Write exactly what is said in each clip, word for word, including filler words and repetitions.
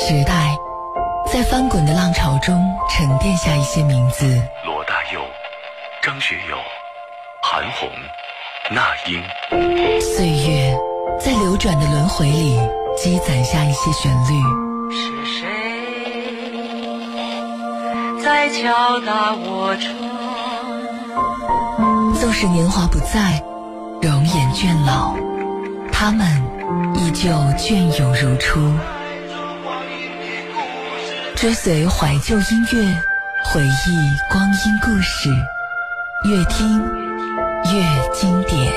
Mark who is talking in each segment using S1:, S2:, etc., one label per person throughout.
S1: 时代，在翻滚的浪潮中沉淀下一些名字：
S2: 罗大佑、张学友、韩红、那英。
S1: 岁月在流转的轮回里积攒下一些旋律。
S3: 是谁在敲打我窗？
S1: 纵使年华不在，容颜倦老，他们依旧隽永如初。追随怀旧音乐，回忆光阴故事，越听越经典。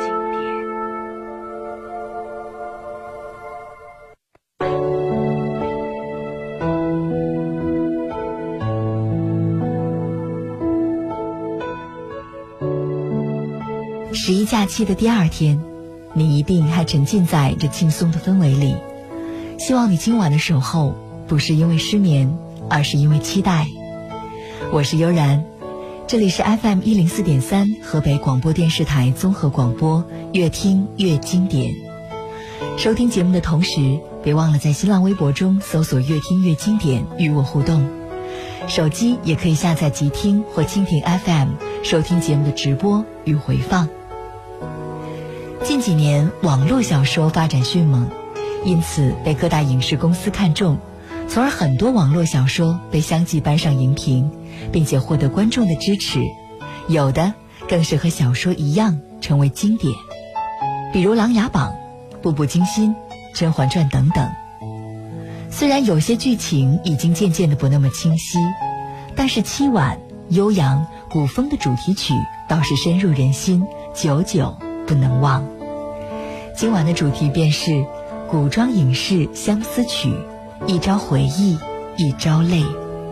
S4: 十一假期的第二天，你一定还沉浸在这轻松的氛围里。希望你今晚的守候不是因为失眠，而是因为期待。我是悠然，这里是 F M 一零四点三河北广播电视台综合广播，越听越经典。收听节目的同时，别忘了在新浪微博中搜索越听越经典与我互动。手机也可以下载即听或蜻蜓 F M 收听节目的直播与回放。近几年网络小说发展迅猛，因此被各大影视公司看中，从而很多网络小说被相继搬上荧屏，并且获得观众的支持，有的更是和小说一样成为经典，比如《琅琊榜》、《步步惊心》、《甄嬛传》等等。虽然有些剧情已经渐渐的不那么清晰，但是凄婉、悠扬、古风的主题曲倒是深入人心，久久不能忘。今晚的主题便是古装影视相思曲，一朝回忆，一朝泪。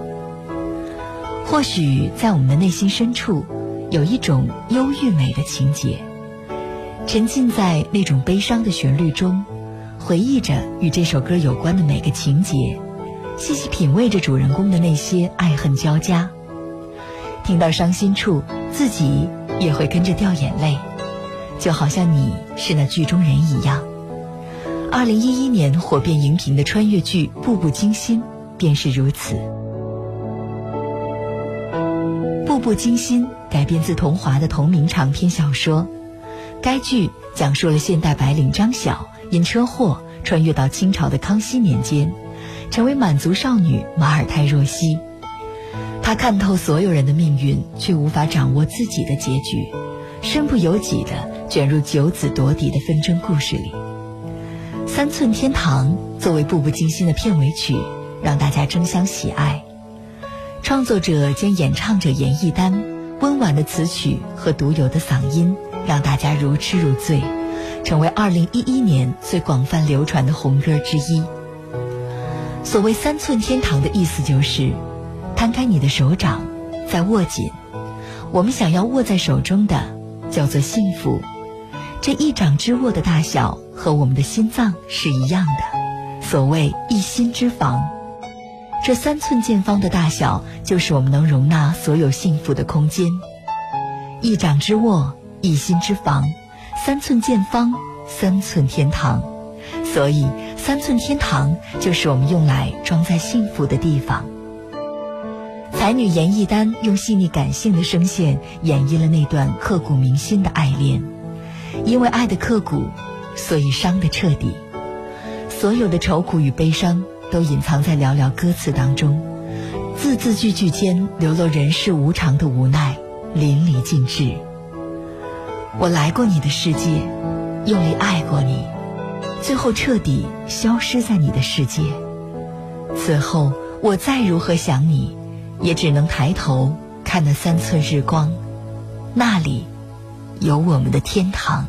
S4: 或许在我们的内心深处，有一种忧郁美的情节，沉浸在那种悲伤的旋律中，回忆着与这首歌有关的每个情节，细细品味着主人公的那些爱恨交加。听到伤心处，自己也会跟着掉眼泪，就好像你是那剧中人一样。二零一一年火遍荧屏的穿越剧《步步惊心》便是如此。《步步惊心》改编自桐华的同名长篇小说，该剧讲述了现代白领张晓因车祸穿越到清朝的康熙年间，成为满族少女马尔泰若曦。她看透所有人的命运，却无法掌握自己的结局，身不由己地卷入九子夺嫡的纷争故事里。三寸天堂作为《步步惊心》的片尾曲，让大家争相喜爱。创作者兼演唱者严艺丹温婉的词曲和独有的嗓音，让大家如痴如醉，成为二零一一年最广泛流传的红歌之一。所谓三寸天堂的意思就是，摊开你的手掌，再握紧，我们想要握在手中的叫做幸福。这一掌之握的大小和我们的心脏是一样的，所谓一心之房。这三寸见方的大小，就是我们能容纳所有幸福的空间。一掌之握，一心之房，三寸见方，三寸天堂。所以三寸天堂就是我们用来装载幸福的地方。才女严艺丹用细腻感性的声线演绎了那段刻骨铭心的爱恋，因为爱的刻骨，所以伤得彻底。所有的愁苦与悲伤都隐藏在寥寥歌词当中，字字句句间流露人世无常的无奈，淋漓尽致。我来过你的世界，用力爱过你，最后彻底消失在你的世界。此后我再如何想你，也只能抬头看那三寸日光，那里有我们的天堂。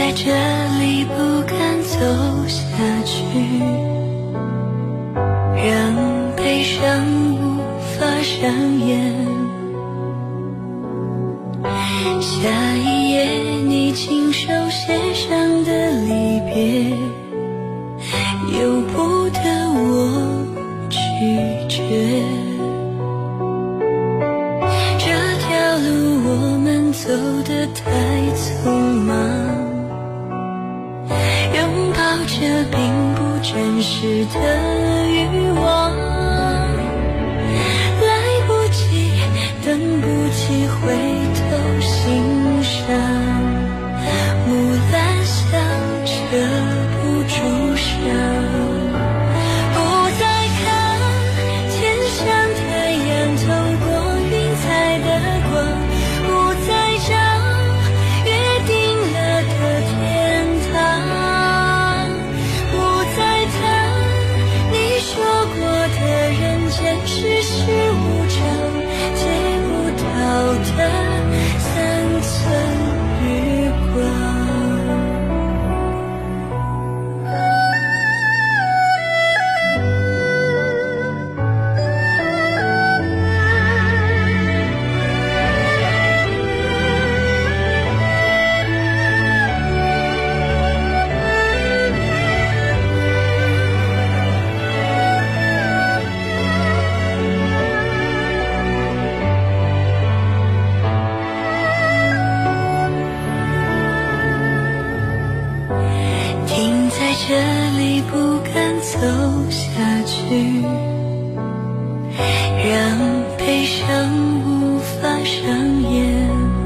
S5: 在这里不敢走下去，让悲伤无法上演。下一页你亲手写上的离别，由不得我拒绝。这条路我们走得太匆忙，拥抱着并不真实的欲望，来不及，等不及回头欣赏，木兰香遮不住伤。不再看天上太阳透过云彩的光，不再找约定了的天堂，不再谈你说过的人间世事无常，借不到的三寸日光。这里不敢走下去，让悲伤无法上演。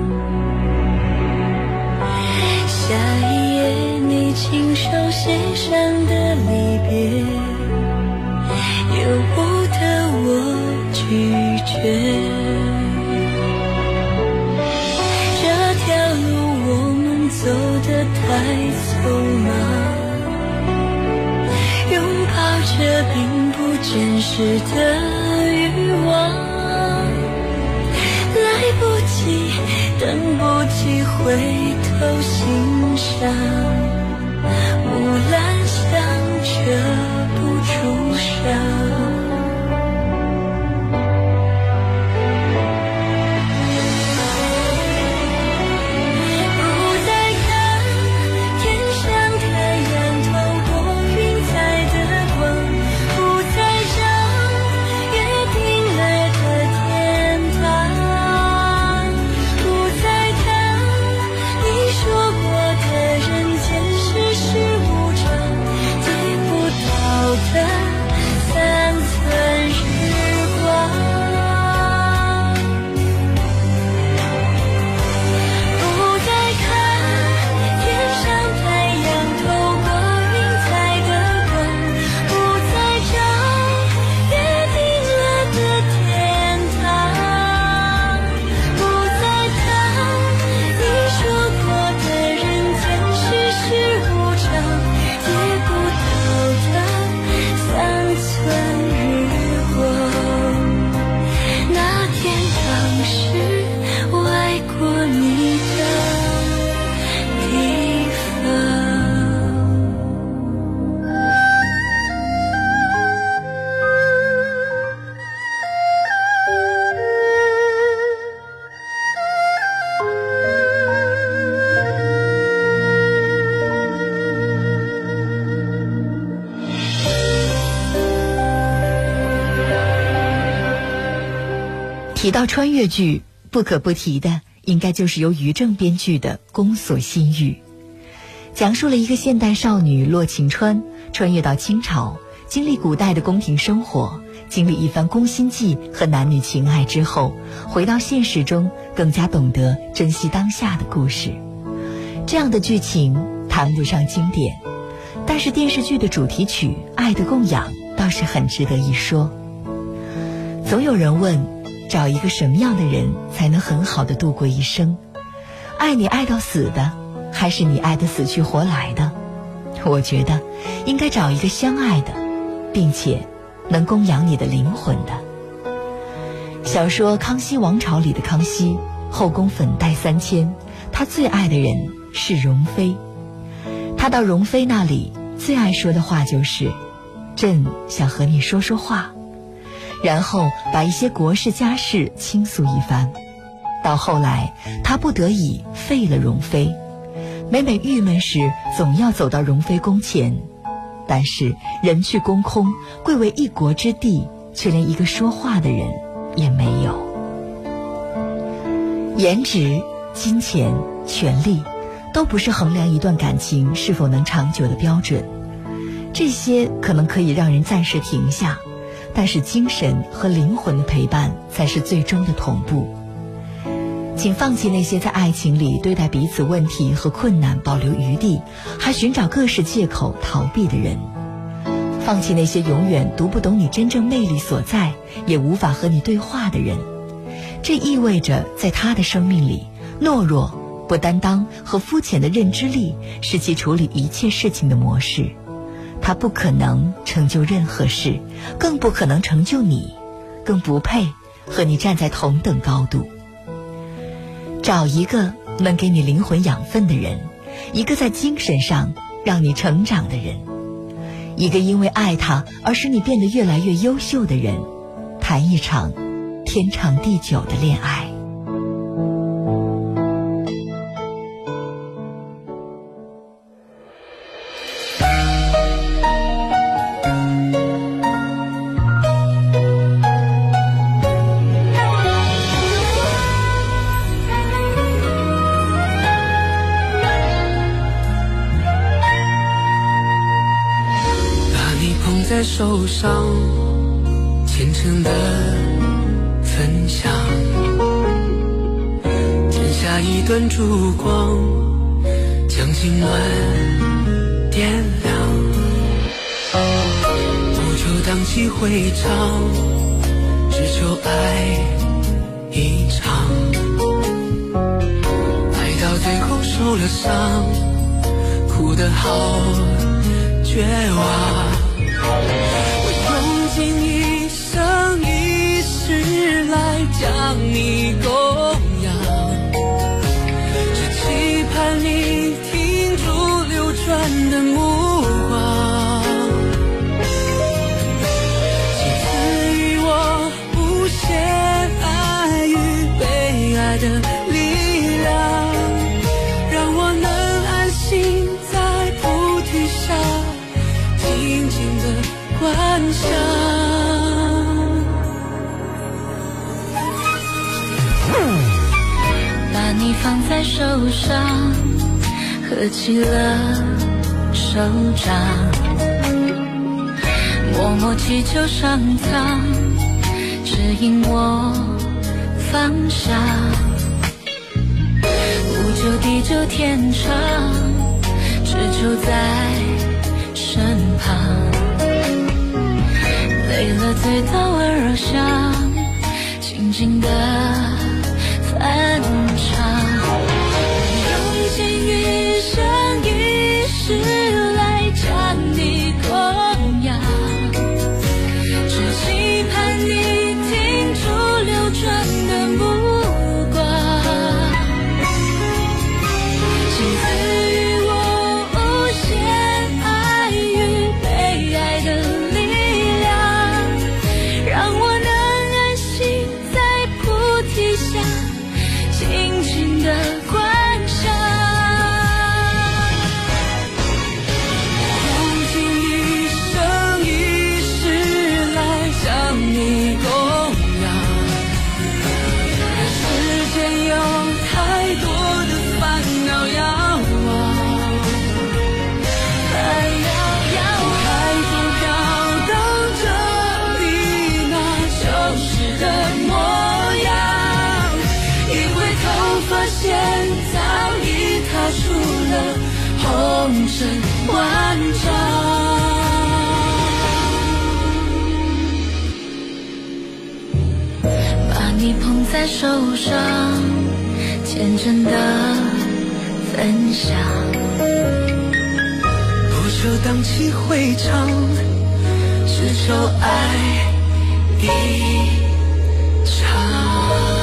S5: 下一页你亲手写上的离别，由不得我拒绝。这条路我们走得太匆忙，这并不真实的欲望，来不及，等不及回头欣赏，木兰香遮不住伤。
S4: 提到穿越剧，不可不提的应该就是由于正编剧的《宫锁心玉》，讲述了一个现代少女洛晴川穿越到清朝，经历古代的宫廷生活，经历一番宫心计和男女情爱之后，回到现实中更加懂得珍惜当下的故事。这样的剧情谈不上经典，但是电视剧的主题曲《爱的供养》倒是很值得一说。总有人问，找一个什么样的人才能很好的度过一生？爱你爱到死的，还是你爱得死去活来的？我觉得应该找一个相爱的，并且能供养你的灵魂的。小说《康熙王朝》里的康熙，后宫粉黛三千，他最爱的人是容妃。 他到容妃那里最爱说的话就是朕想和你说说话，然后把一些国事家事倾诉一番。到后来他不得已废了容妃，每每郁闷时总要走到容妃宫前，但是人去宫空，贵为一国之地，却连一个说话的人也没有。颜值、金钱、权力都不是衡量一段感情是否能长久的标准，这些可能可以让人暂时停下，但是精神和灵魂的陪伴才是最终的同步。请放弃那些在爱情里对待彼此问题和困难保留余地，还寻找各式借口逃避的人。放弃那些永远读不懂你真正魅力所在，也无法和你对话的人。这意味着在他的生命里，懦弱、不担当和肤浅的认知力是其处理一切事情的模式。他不可能成就任何事，更不可能成就你，更不配和你站在同等高度。找一个能给你灵魂养分的人，一个在精神上让你成长的人，一个因为爱他而使你变得越来越优秀的人，谈一场天长地久的恋爱。
S6: 在手上虔诚的分享，剪下一段烛光，将今晚点亮。不求荡气回肠，只求爱一场。爱到最后受了伤，哭得好绝望。我用尽一生一世来将你供养，只期盼你停住流转的目光，请赐予我无限爱与被爱的力量，让我能安心在菩提下静静地观想。
S5: 把你放在手上，合起了手掌，默默祈求上苍指引我方向，不求地久天长，只求在身旁，累了醉倒而想，静静地翻唱，用尽余生一世来将你供养，只期盼你停住流转的目光，请赐予我无限爱与被爱的力量，让我能安心在菩提下静静地观想，用尽一生一世来将你供养。世间有太多的烦恼要忘，还要要海风飘荡着你那旧时的模样，一回头发现早已踏出了红尘万丈。把你捧在手上，虔诚的分享，
S6: 不求荡气回肠，只求爱一场。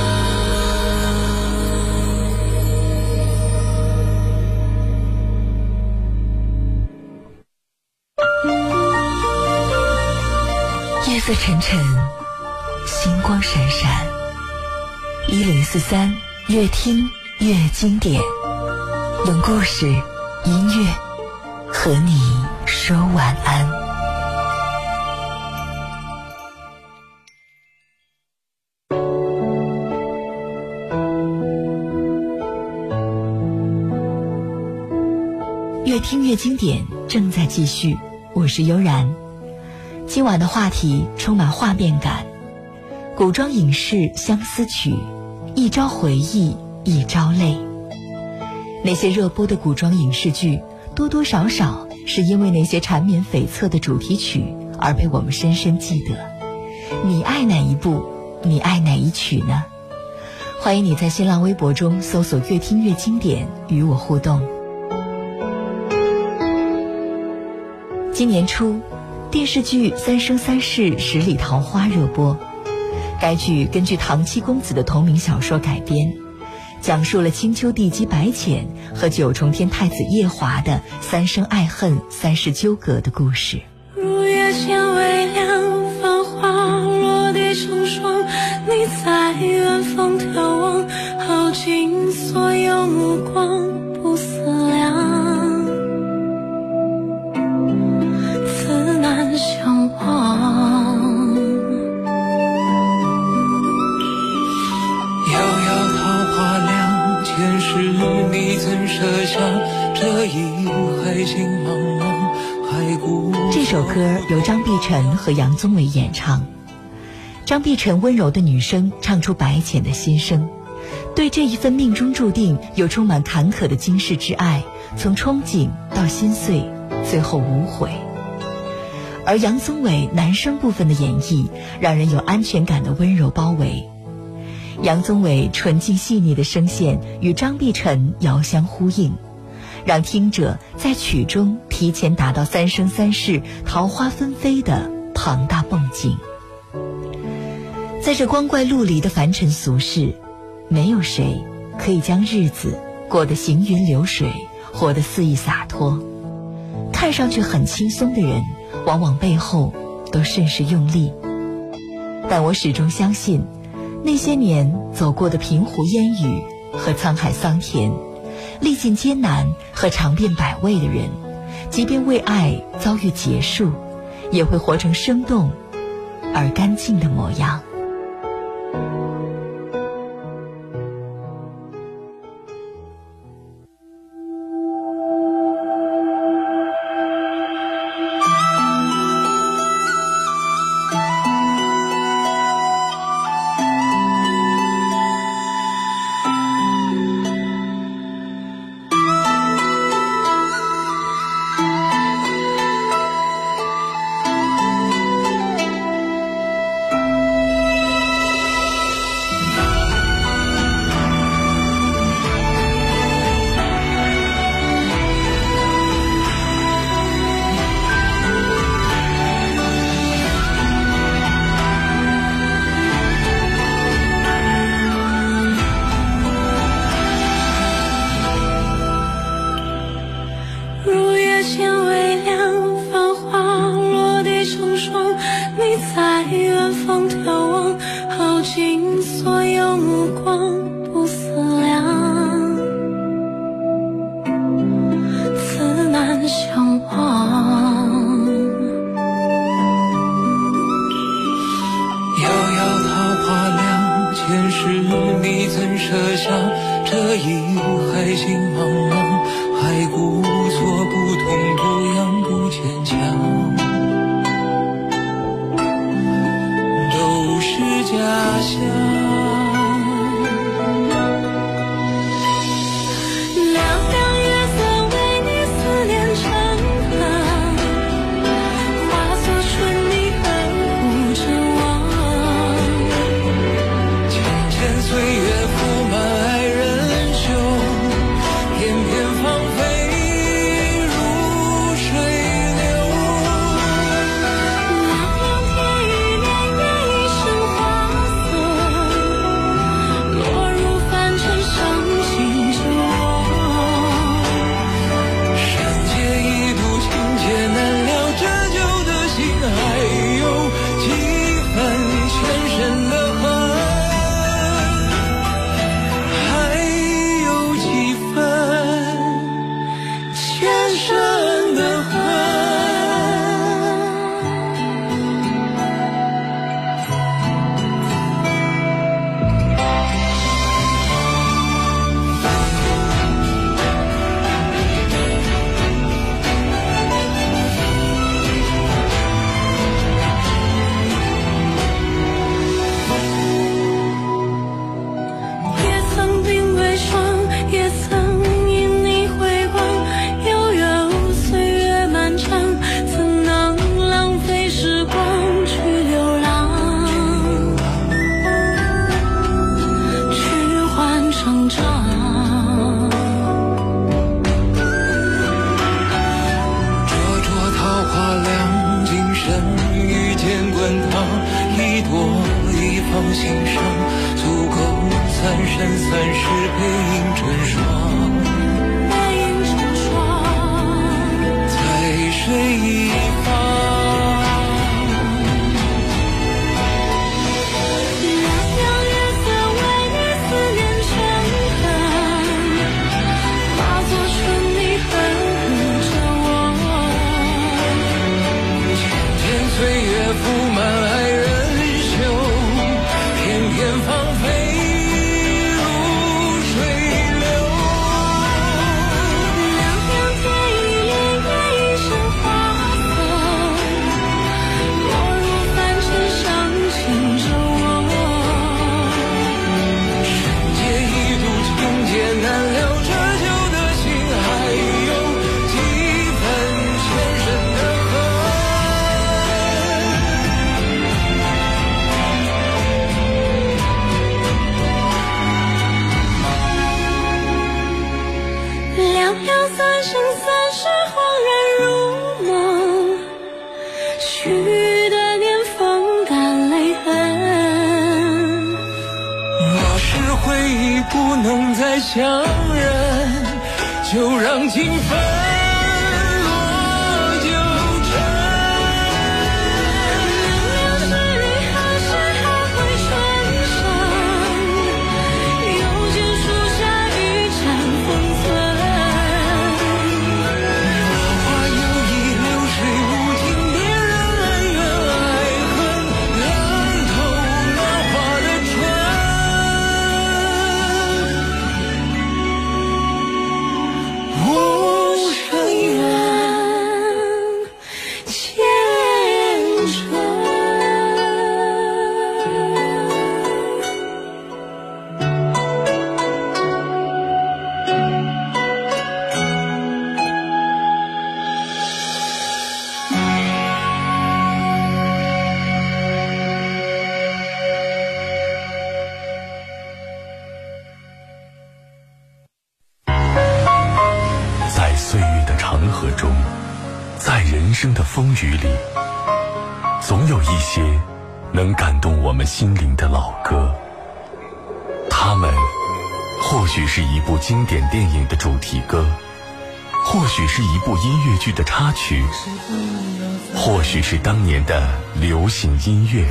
S1: 色沉沉，星光闪闪。一零四三，越听越经典，用故事、音乐和你说晚安。越听越经典正在继续，我是悠然。今晚的话题充满画面感，古装影视相思曲，一朝回忆一朝泪。那些热播的古装影视剧多多少少是因为那些缠绵悱恻的主题曲而被我们深深记得。你爱哪一部？你爱哪一曲呢？欢迎你在新浪微博中搜索越听越经典与我互动。今年初，电视剧《三生三世十里桃花》热播。该剧根据唐七公子的同名小说改编，讲述了青丘帝姬白浅和九重天太子夜华的三生爱恨、三世纠葛的故事。
S5: 如月间微凉，繁花落地成霜，你在远方眺望，耗尽所有目光，不思量，此难相忘。前世你怎设下这一海情茫茫，海孤。
S1: 这首歌由张碧晨和杨宗纬演唱。张碧晨温柔的女声唱出白浅的心声，对这一份命中注定又充满坎坷的今世之爱，从憧憬到心碎，最后无悔。而杨宗纬男声部分的演绎，让人有安全感的温柔包围。杨宗纬纯净细腻的声线与张碧晨遥相呼应，让听者在曲中提前达到三生三世桃花纷飞的庞大梦境。在这光怪陆离的凡尘俗世，没有谁可以将日子过得行云流水，活得肆意洒脱。看上去很轻松的人，往往背后都甚是用力。但我始终相信，那些年走过的平湖烟雨和沧海桑田，历尽艰难和尝遍百味的人，即便为爱遭遇结束，也会活成生动而干净的模样。
S5: 岁月铺满爱人袖，
S6: 深的恨。
S7: 心上足够三生三世背影成双，
S6: 背影成双，
S7: 在水一方。
S6: 凉凉月色为你思念权衡，化作春泥呵护着我。
S7: 千千岁月铺满爱人。 不能再相认，就让情分落九尘。
S6: 凉凉是你何时还会春生？又见树下一盏风存。
S7: 花有意流水无情，别人恩怨爱恨，看透那花的春。
S6: 无声远，千春。
S2: 在岁月的长河中，在人生的风雨里，总有一些能感动我们心灵的老歌。它们或许是一部经典电影的主题歌，或许是一部音乐剧的插曲，或许是当年的流行音乐。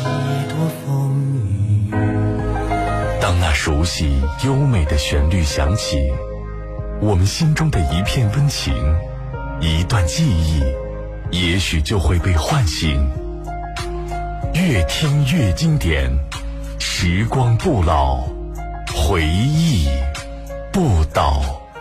S2: 当那熟悉优美的旋律响起，我们心中的一片温情，一段记忆，也许就会被唤醒。越听越经典，时光不老，回忆不倒。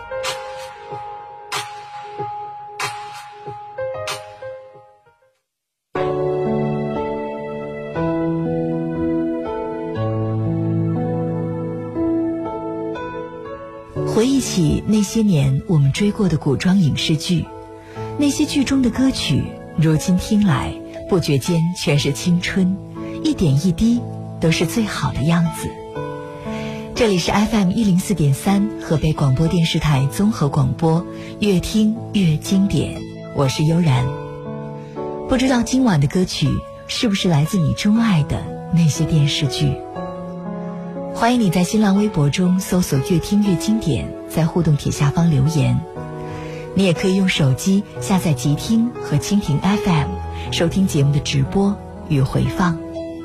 S1: 回忆起那些年我们追过的古装影视剧，那些剧中的歌曲，如今听来，不觉间全是青春，一点一滴都是最好的样子。这里是 F M 一零四点三河北广播电视台综合广播，越听越经典，我是悠然。不知道今晚的歌曲是不是来自你钟爱的那些电视剧？欢迎你在新浪微博中搜索越听越经典，在互动帖下方留言。你也可以用手机下载极听和蜻蜓 F M 收听节目的直播与回放。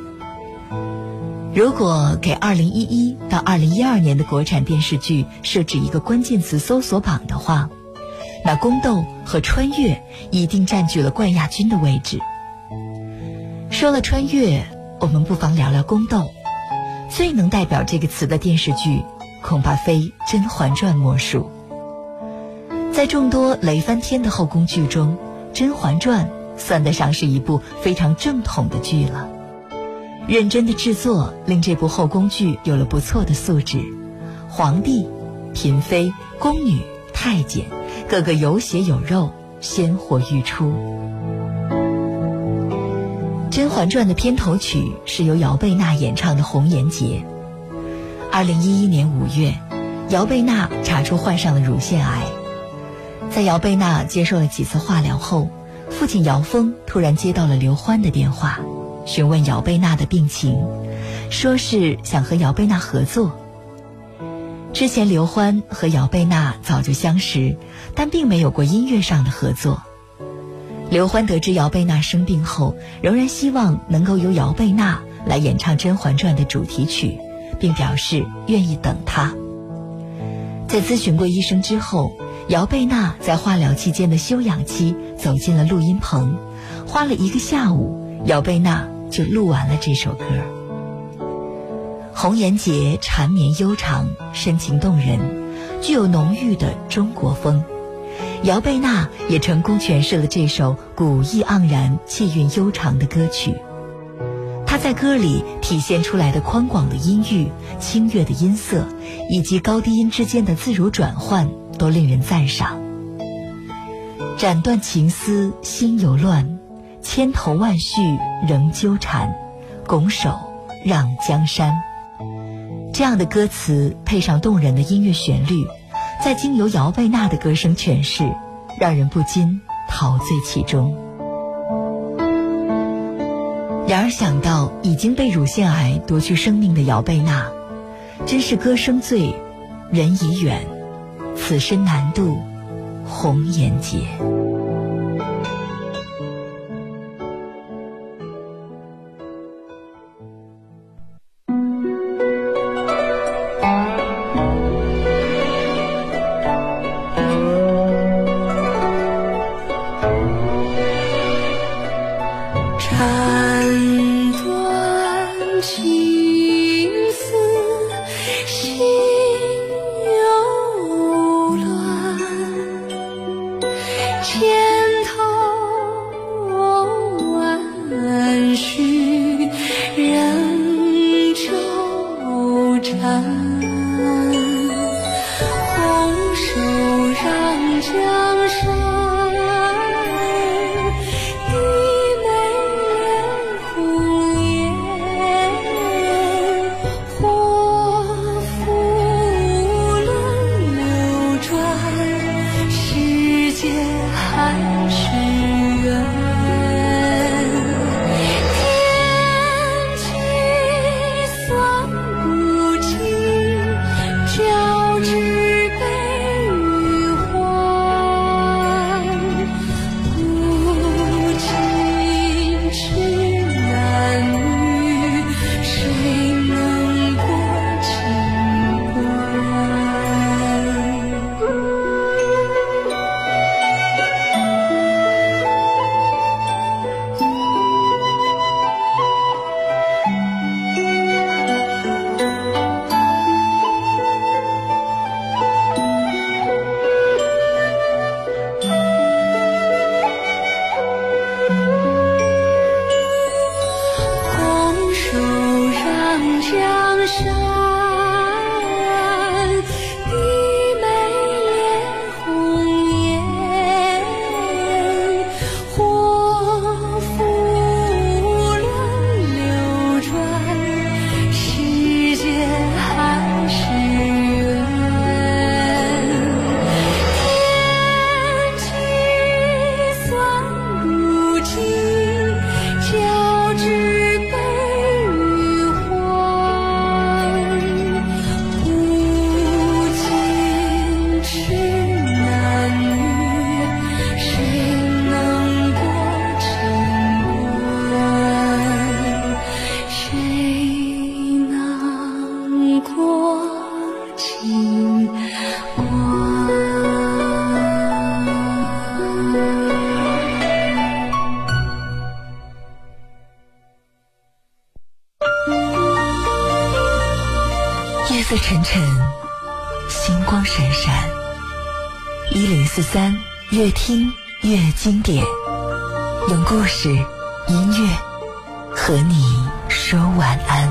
S1: 如果给二零一一到二零一二年的国产电视剧设置一个关键词搜索榜的话， 那宫斗和穿越一定占据了冠亚军的位置。说了穿越，我们不妨聊聊宫斗。最能代表这个词的电视剧，恐怕非《甄嬛传》莫属。在众多雷翻天的后宫剧中，《甄嬛传》算得上是一部非常正统的剧了。认真的制作令这部后宫剧有了不错的素质，皇帝、嫔妃、宫女、太监，个个有血有肉，鲜活愈出。《甄嬛传》的片头曲是由姚贝娜演唱的《红颜劫》。二零一一年五月，姚贝娜查出患上了乳腺癌。在姚贝娜接受了几次化疗后，父亲姚峰突然接到了刘欢的电话，询问姚贝娜的病情，说是想和姚贝娜合作。之前刘欢和姚贝娜早就相识，但并没有过音乐上的合作。刘欢得知姚贝娜生病后，仍然希望能够由姚贝娜来演唱《甄嬛传》的主题曲，并表示愿意等她。在咨询过医生之后，姚贝娜在化疗期间的休养期走进了录音棚，花了一个下午，姚贝娜就录完了这首歌。红颜劫缠绵悠长，深情动人，具有浓郁的中国风。姚贝娜也成功诠释了这首古意盎然、气韵悠长的歌曲。她在歌里体现出来的宽广的音域、清越的音色，以及高低音之间的自如转换，都令人赞赏。斩断情丝心犹乱，千头万绪仍纠缠，拱手让江山。这样的歌词配上动人的音乐旋律，再经由姚贝娜的歌声诠释，让人不禁陶醉其中。然而想到已经被乳腺癌夺去生命的姚贝娜，真是歌声醉，人已远，此生难渡红颜劫。
S5: 交织悲与欢。
S1: 沉沉，星光闪闪。一零四三，越听越经典，用故事、音乐和你说晚安。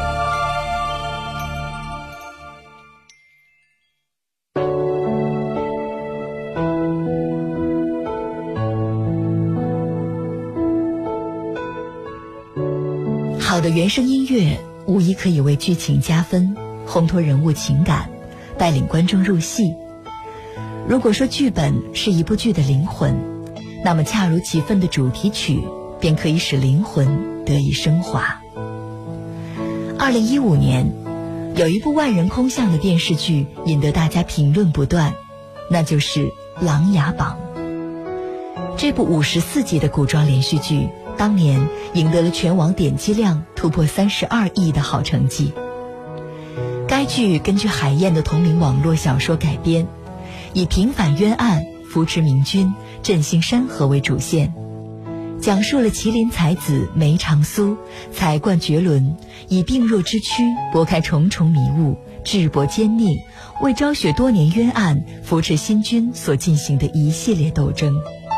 S1: 好的原声音乐无疑可以为剧情加分，烘托人物情感，带领观众入戏。如果说剧本是一部剧的灵魂，那么恰如其分的主题曲便可以使灵魂得以升华。二零一五年，有一部万人空巷的电视剧引得大家评论不断，那就是《琅琊榜》。这部五十四集的古装连续剧当年赢得了全网点击量突破三十二亿的好成绩。该剧根据海燕的同名网络小说改编，以平反冤案、扶持明君、振兴山河为主线，讲述了麒麟才子梅长苏才冠绝伦，以病弱之躯拨开重重迷雾，智博奸佞，为昭雪多年冤案、扶持新君所进行的一系列斗争。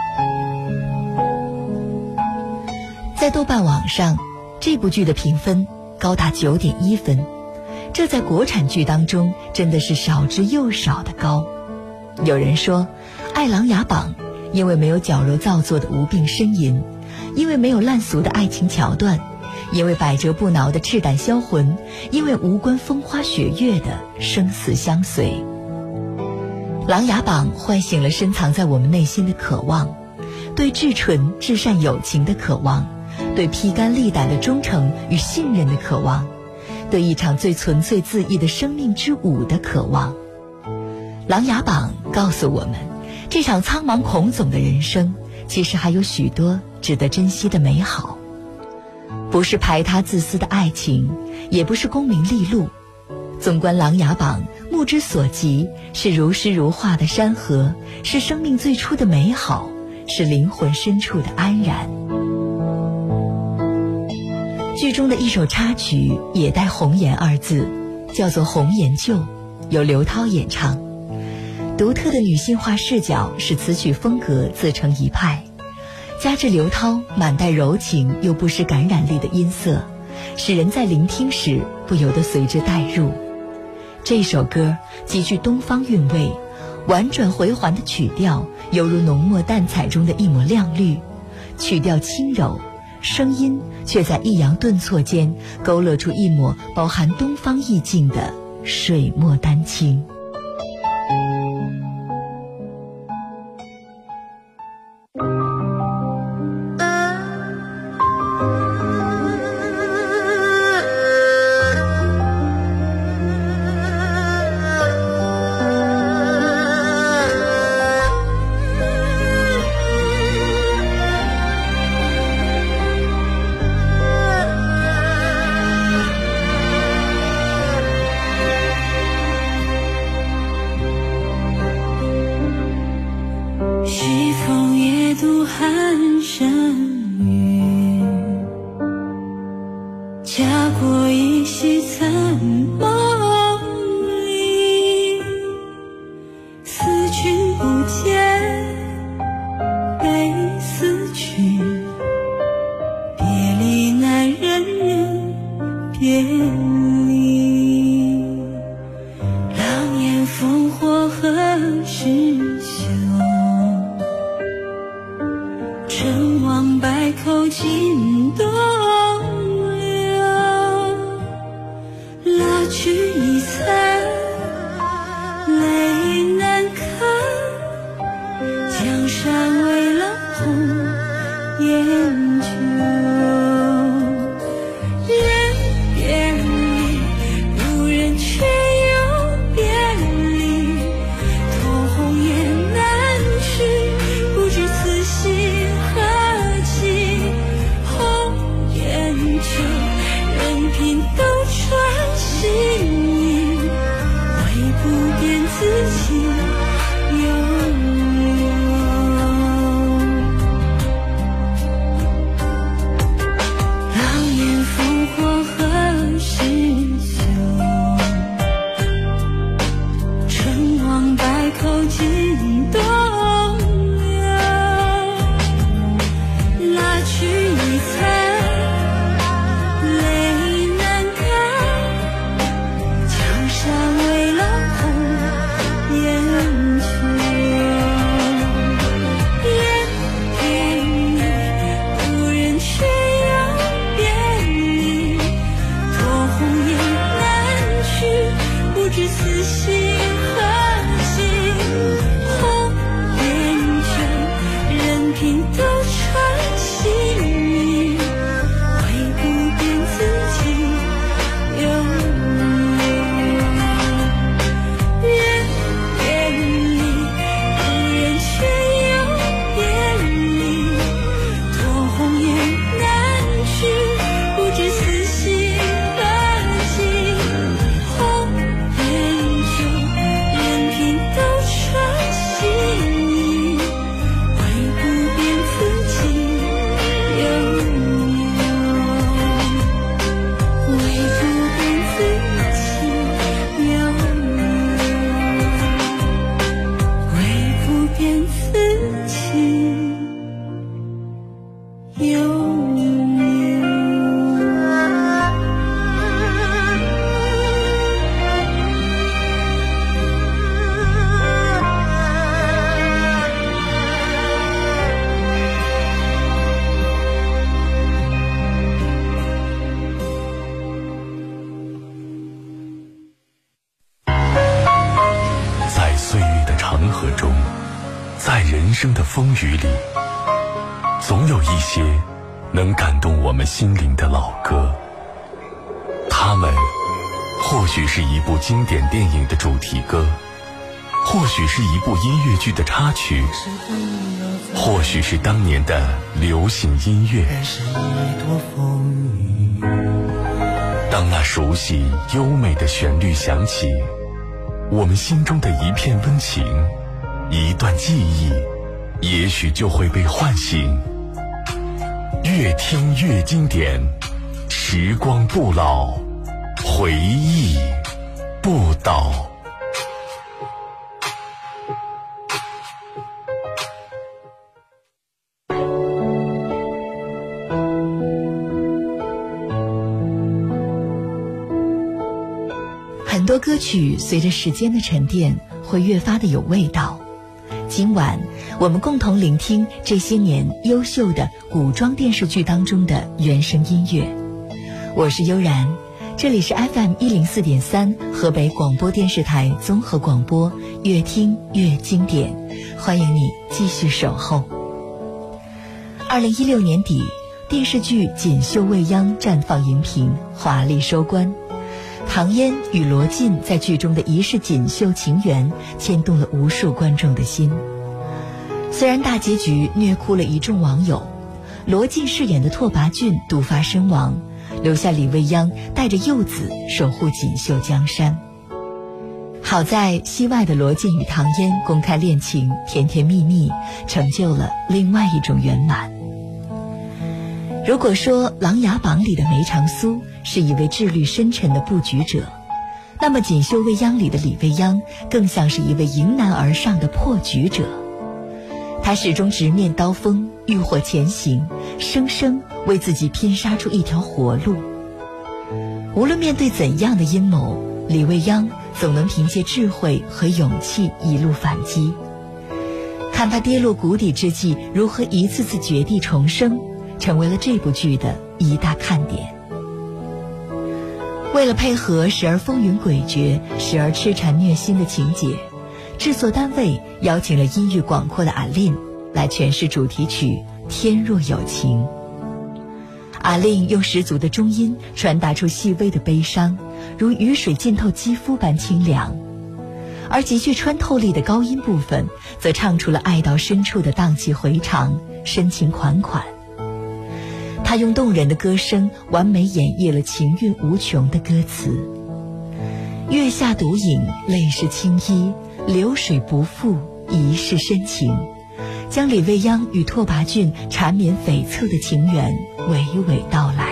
S1: 在豆瓣网上，这部剧的评分高达 九点一 分，这在国产剧当中真的是少之又少的高。有人说爱琅琊榜，因为没有矫揉造作的无病呻吟，因为没有烂俗的爱情桥段，因为百折不挠的赤胆销魂，因为无关风花雪月的生死相随。琅琊榜唤醒了深藏在我们内心的渴望，对至纯至善友情的渴望，对披肝沥胆的忠诚与信任的渴望，对一场最纯粹恣意的生命之舞的渴望。琅琊榜告诉我们，这场苍茫孔总的人生其实还有许多值得珍惜的美好，不是排他自私的爱情，也不是功名利禄。纵观琅琊榜，目之所及是如诗如画的山河，是生命最初的美好，是灵魂深处的安然。剧中的一首插曲也带红颜二字，叫做《红颜旧》，由刘涛演唱。独特的女性化视角使词曲风格自成一派，加之刘涛满带柔情又不失感染力的音色，使人在聆听时不由得随之带入。这首歌极具东方韵味，婉转回环的曲调犹如浓墨淡彩中的一抹亮绿，曲调轻柔，声音却在抑扬顿挫间勾勒出一抹饱含东方意境的水墨丹青。
S2: 人生的风雨里，总有一些能感动我们心灵的老歌。它们或许是一部经典电影的主题歌，或许是一部音乐剧的插曲，或许是当年的流行音乐。当那熟悉优美的旋律响起，我们心中的一片温情，一段记忆，也许就会被唤醒。越听越经典，时光不老，回忆不倒。
S1: 很多歌曲随着时间的沉淀，会越发的有味道。今晚我们共同聆听这些年优秀的古装电视剧当中的原声音乐。我是悠然，这里是 F M 一零四点三河北广播电视台综合广播，越听越经典，欢迎你继续守候。二零一六年底，电视剧《锦绣未央》绽放荧屏，华丽收官。唐嫣与罗晋在剧中的一世锦绣情缘，牵动了无数观众的心。虽然大结局虐哭了一众网友，罗晋饰演的拓跋浚毒发身亡，留下李未央带着幼子守护锦绣江山。好在戏外的罗晋与唐嫣公开恋情，甜甜蜜蜜，成就了另外一种圆满。如果说《琅琊榜》里的梅长苏是一位智虑深沉的布局者，那么《锦绣未央》里的李未央更像是一位迎难而上的破局者。他始终直面刀锋，浴火前行，生生为自己拼杀出一条活路。无论面对怎样的阴谋，李未央总能凭借智慧和勇气一路反击。看他跌落谷底之际如何一次次绝地重生，成为了这部剧的一大看点。为了配合时而风云诡谲，时而痴缠虐心的情节，制作单位邀请了音域广阔的阿令来诠释主题曲《天若有情》。阿令用十足的中音传达出细微的悲伤，如雨水浸透肌肤般清凉，而极具穿透力的高音部分则唱出了爱到深处的荡气回肠，深情款款。他用动人的歌声完美演绎了情韵无穷的歌词。月下独饮，泪湿青衣，流水不负一世深情，将李未央与拓跋浚缠绵悱恻的情缘娓娓道来。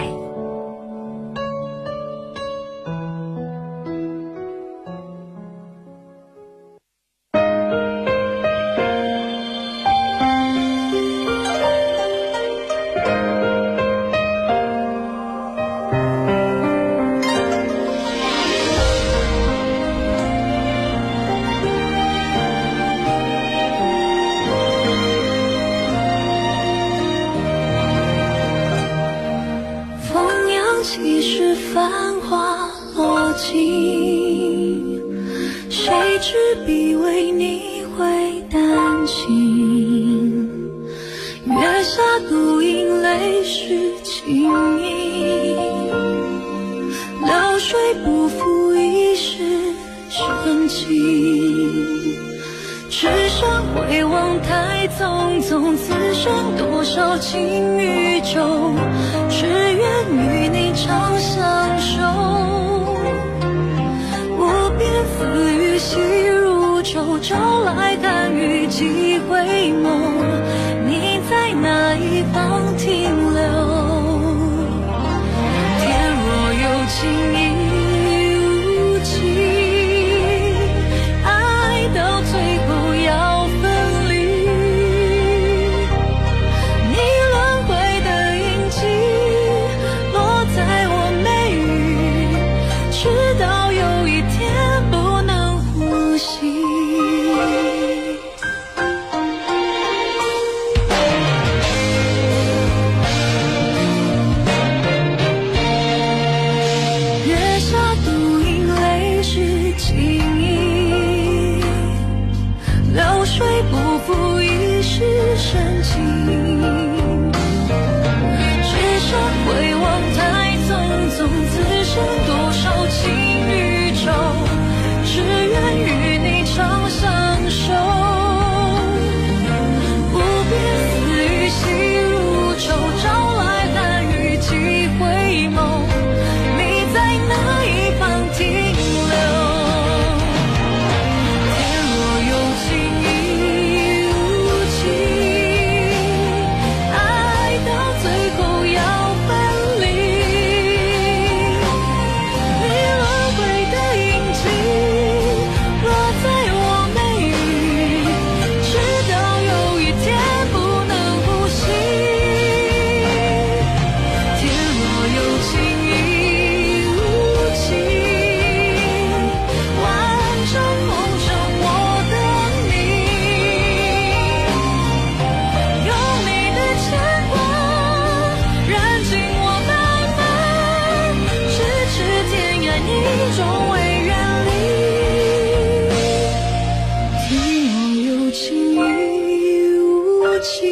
S5: 情，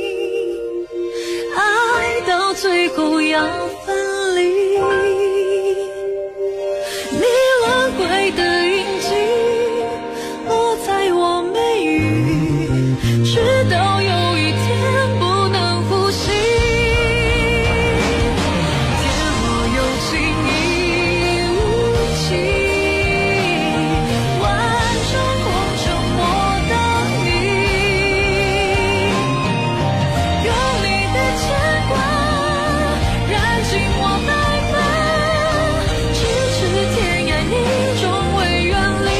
S5: 爱到最后要分离。你轮回的印记落在我眉宇，直到有一天不能呼吸。天若有情亦无情，完成我沉默的你。有你的牵挂燃尽我白发，咫尺天涯你终未远离。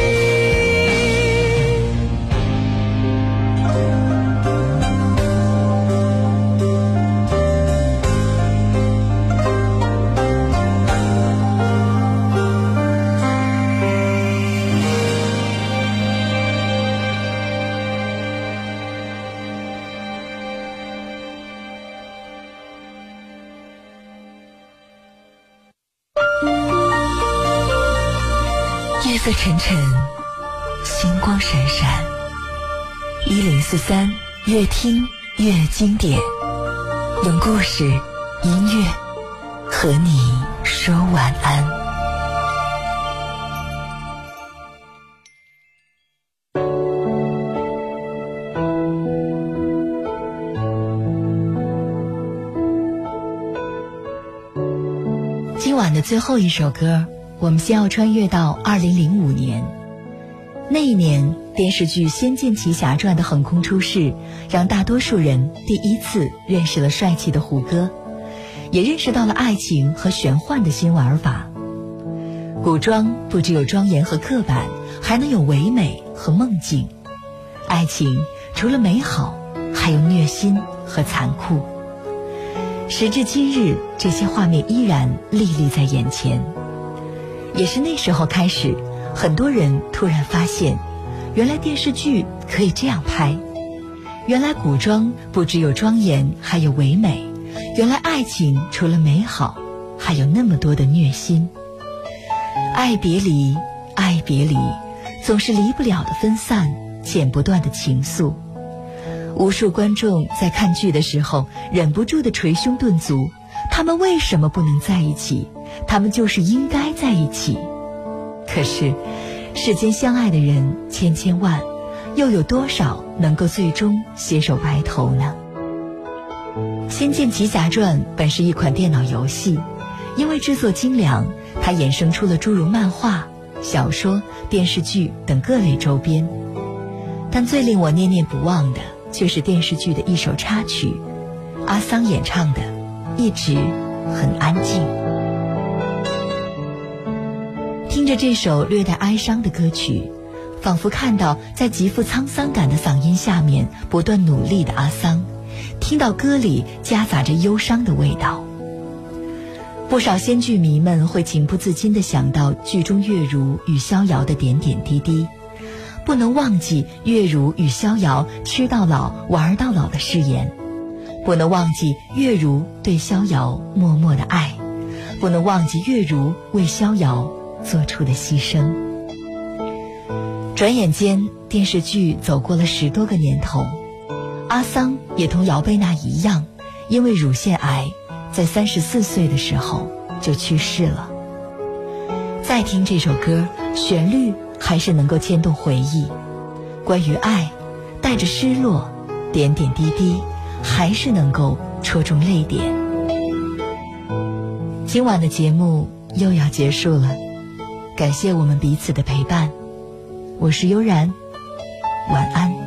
S1: 夜色沉沉，星光闪闪。一零四三，越听越经典，用故事、音乐和你说晚安。今晚的最后一首歌，我们先要穿越到二零零五年。那一年，电视剧《仙剑奇侠传》的横空出世，让大多数人第一次认识了帅气的胡歌，也认识到了爱情和玄幻的新玩法。古装不只有庄严和刻板，还能有唯美和梦境。爱情除了美好，还有虐心和残酷。时至今日，这些画面依然历历在眼前。也是那时候开始，很多人突然发现，原来电视剧可以这样拍，原来古装不只有庄严，还有唯美，原来爱情除了美好，还有那么多的虐心。爱别离，爱别离，总是离不了的分散，剪不断的情愫。无数观众在看剧的时候忍不住的捶胸顿足，他们为什么不能在一起？他们就是应该在一起。可是世间相爱的人千千万，又有多少能够最终携手白头呢？《仙剑奇侠传》本是一款电脑游戏，因为制作精良，它衍生出了诸如漫画、小说、电视剧等各类周边。但最令我念念不忘的却是电视剧的一首插曲，阿桑演唱的《一直很安静》。听着这首略带哀伤的歌曲，仿佛看到在极富沧桑感的嗓音下面不断努力的阿桑，听到歌里夹杂着忧伤的味道。不少仙剧迷们会情不自禁地想到剧中月如与逍遥的点点滴滴，不能忘记月如与逍遥吃到老玩到老的誓言，不能忘记月如对逍遥默默的爱，不能忘记月如为逍遥做出的牺牲。转眼间，电视剧走过了十多个年头，阿桑也同姚贝娜一样，因为乳腺癌在三十四岁的时候就去世了。再听这首歌，旋律还是能够牵动回忆，关于爱，带着失落，点点滴滴，还是能够戳中泪点。今晚的节目又要结束了，感谢我们彼此的陪伴，我是悠然，晚安。